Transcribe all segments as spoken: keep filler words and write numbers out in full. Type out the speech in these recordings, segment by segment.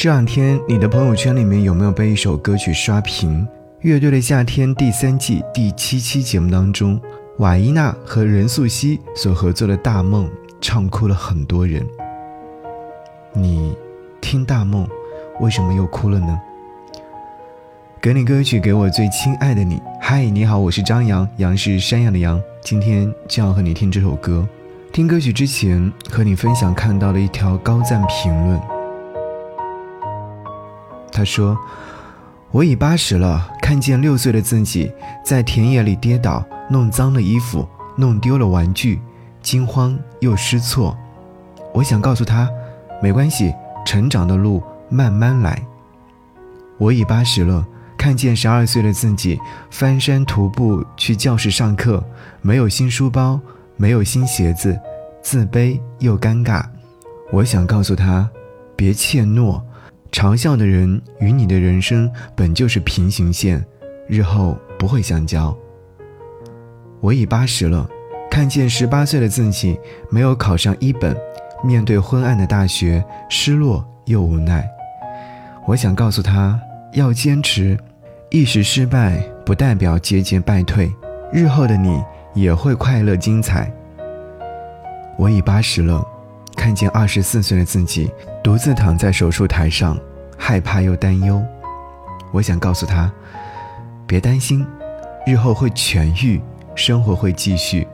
这两天你的朋友圈里面有没有被一首歌曲刷屏？乐队的夏天第三季第七期节目当中，瓦伊娜和任素汐所合作的大梦唱哭了很多人。你听大梦为什么又哭了呢？给你歌曲，给我最亲爱的你。嗨，你好，我是张扬，杨是山羊的羊。今天就要和你听这首歌。听歌曲之前，和你分享看到了一条高赞评论。他说，我已八十了，看见六岁的自己在田野里跌倒，弄脏了衣服，弄丢了玩具，惊慌又失措。我想告诉他，没关系，成长的路慢慢来。我已八十了，看见十二岁的自己翻山徒步去教室上课，没有新书包，没有新鞋子，自卑又尴尬。我想告诉他，别怯懦，嘲笑的人与你的人生本就是平行线，日后不会相交。我已八十了，看见十八岁的自己没有考上一本，面对昏暗的大学，失落又无奈。我想告诉他，要坚持，一时失败不代表节节败退，日后的你也会快乐精彩。我已八十了，看见二十四岁的自己独自躺在手术台上，害怕又担忧。我想告诉他，别担心，日后会痊愈，生活会继续。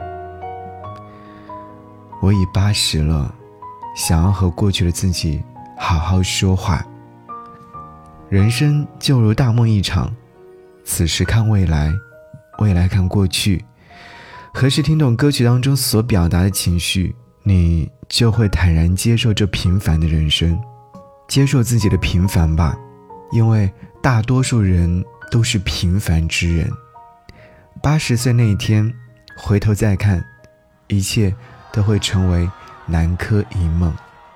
我已八十了，想要和过去的自己好好说话。人生就如大梦一场，此时看未来，未来看过去。何时听懂歌曲当中所表达的情绪，你就会坦然接受这平凡的人生，接受自己的平凡吧，因为大多数人都是平凡之人。八十岁那一天，回头再看，一切都会成为南柯一梦。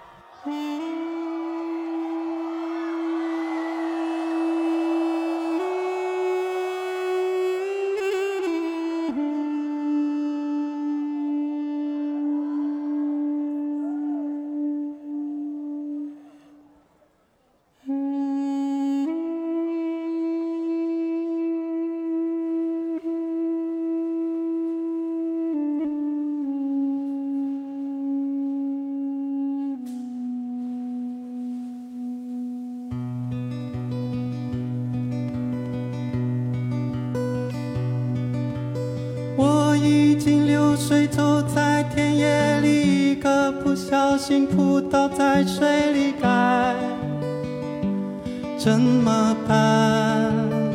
我已经六岁，走在田野里，一个不小心扑倒在水里，该怎么办？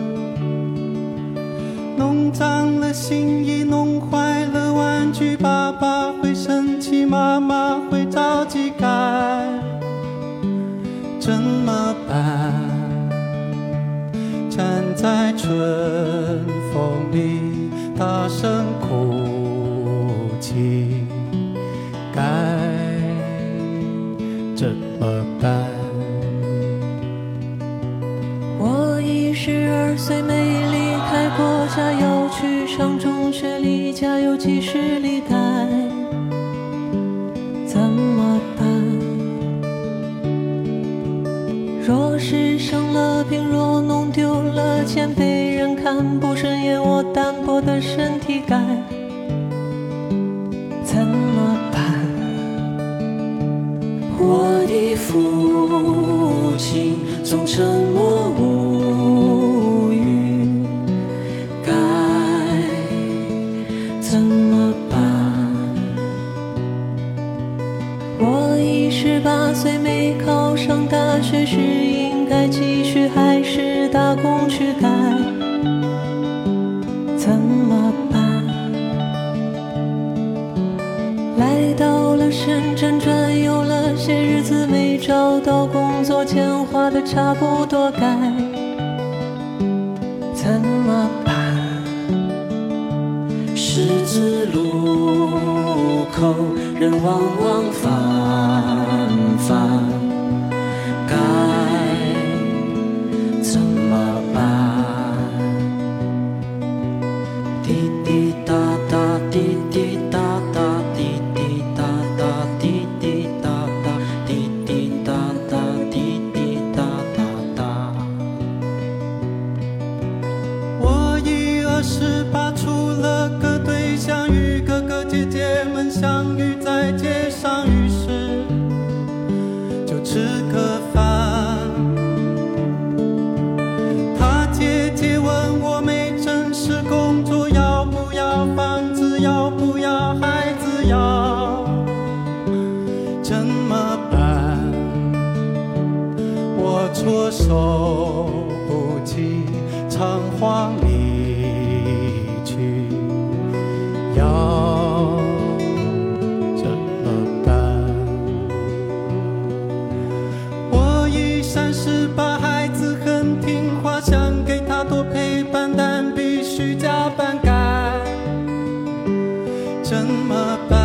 弄脏了新衣，弄坏了玩具，爸爸会生气，妈妈会着急，该怎么办？站在春风里大声哭泣，该怎么办？ 我已十二岁，没离开过家，要去上中学，离家有几十里，该怎么办？若是生了病，若弄丢了钱，被人看不顺眼，我单薄的身体该怎么办？ 我的父亲总沉默无语，该怎么办？ 我已十八岁，没考上大学，是应该继续还是打工去，该怎么办？来到了深圳，转悠了些日子，没找到工作，钱花的差不多，该怎么办？ 十字路口人往往繁繁，该怎么办？滴滴答答，滴滴答答，滴滴答答，滴滴答答，滴滴答答，滴滴答我受不及仓皇离去，要怎么办？我已三十八，孩子很听话，想给他多陪伴，但必须加班赶，怎么办？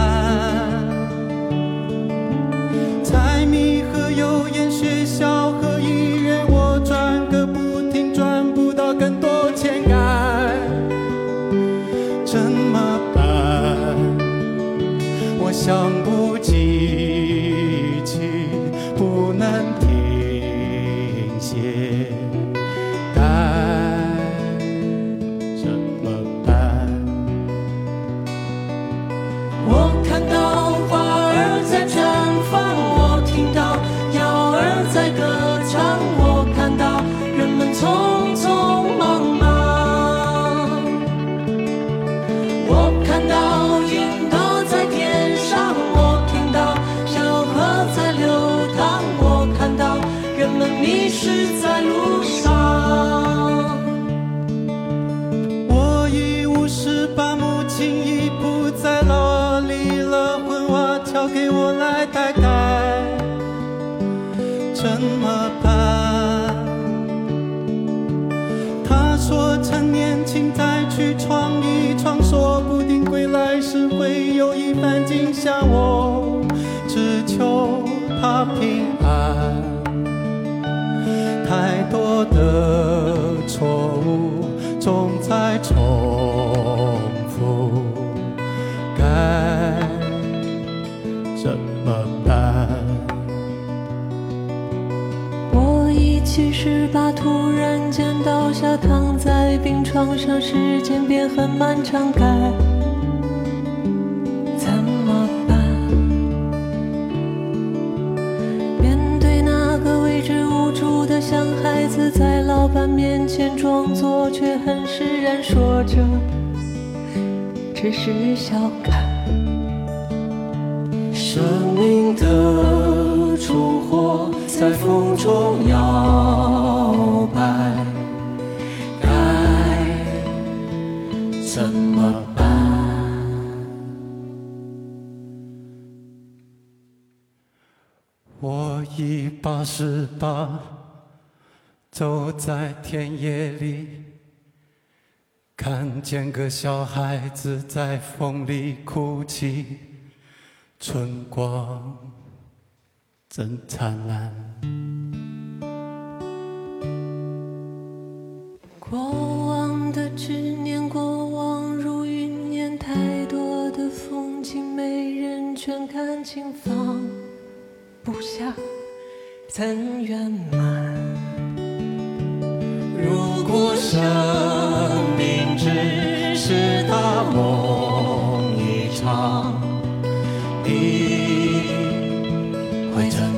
柴米和油盐，学校和医院，我转个不停，赚不到更多钱干，怎么办？我想不记起，不能停歇，该怎么办？ 我看到花儿在绽放，我听到鸟儿在歌唱，我看到人们匆匆忙忙，我看到云朵在天上，我听到小河在流淌，我看到人们迷失在路上。 我已五十八，母亲已不在，老儿离了婚，娃交给我来带带，怎么办？他说趁年轻再去闯一闯，说不定归来时会有一番景象，我只求他平安。太多的错误总在重复，该怎么办？ 我已七十八，突然间倒下，躺在病床上，时间变很漫长，该怎么办？面对那个未知无助的像孩子，在老板面前装作，却很释然，说着只是小看。 生命的烛火在风中摇摆，该怎么办？ 我已八十八，走在田野里，看见个小孩子在风里哭泣，春光真灿烂。 过往的执念，过往如云烟，太多的风景，没人全看清，放不下，怎圆满？ 如果生命只是大梦一场，你会怎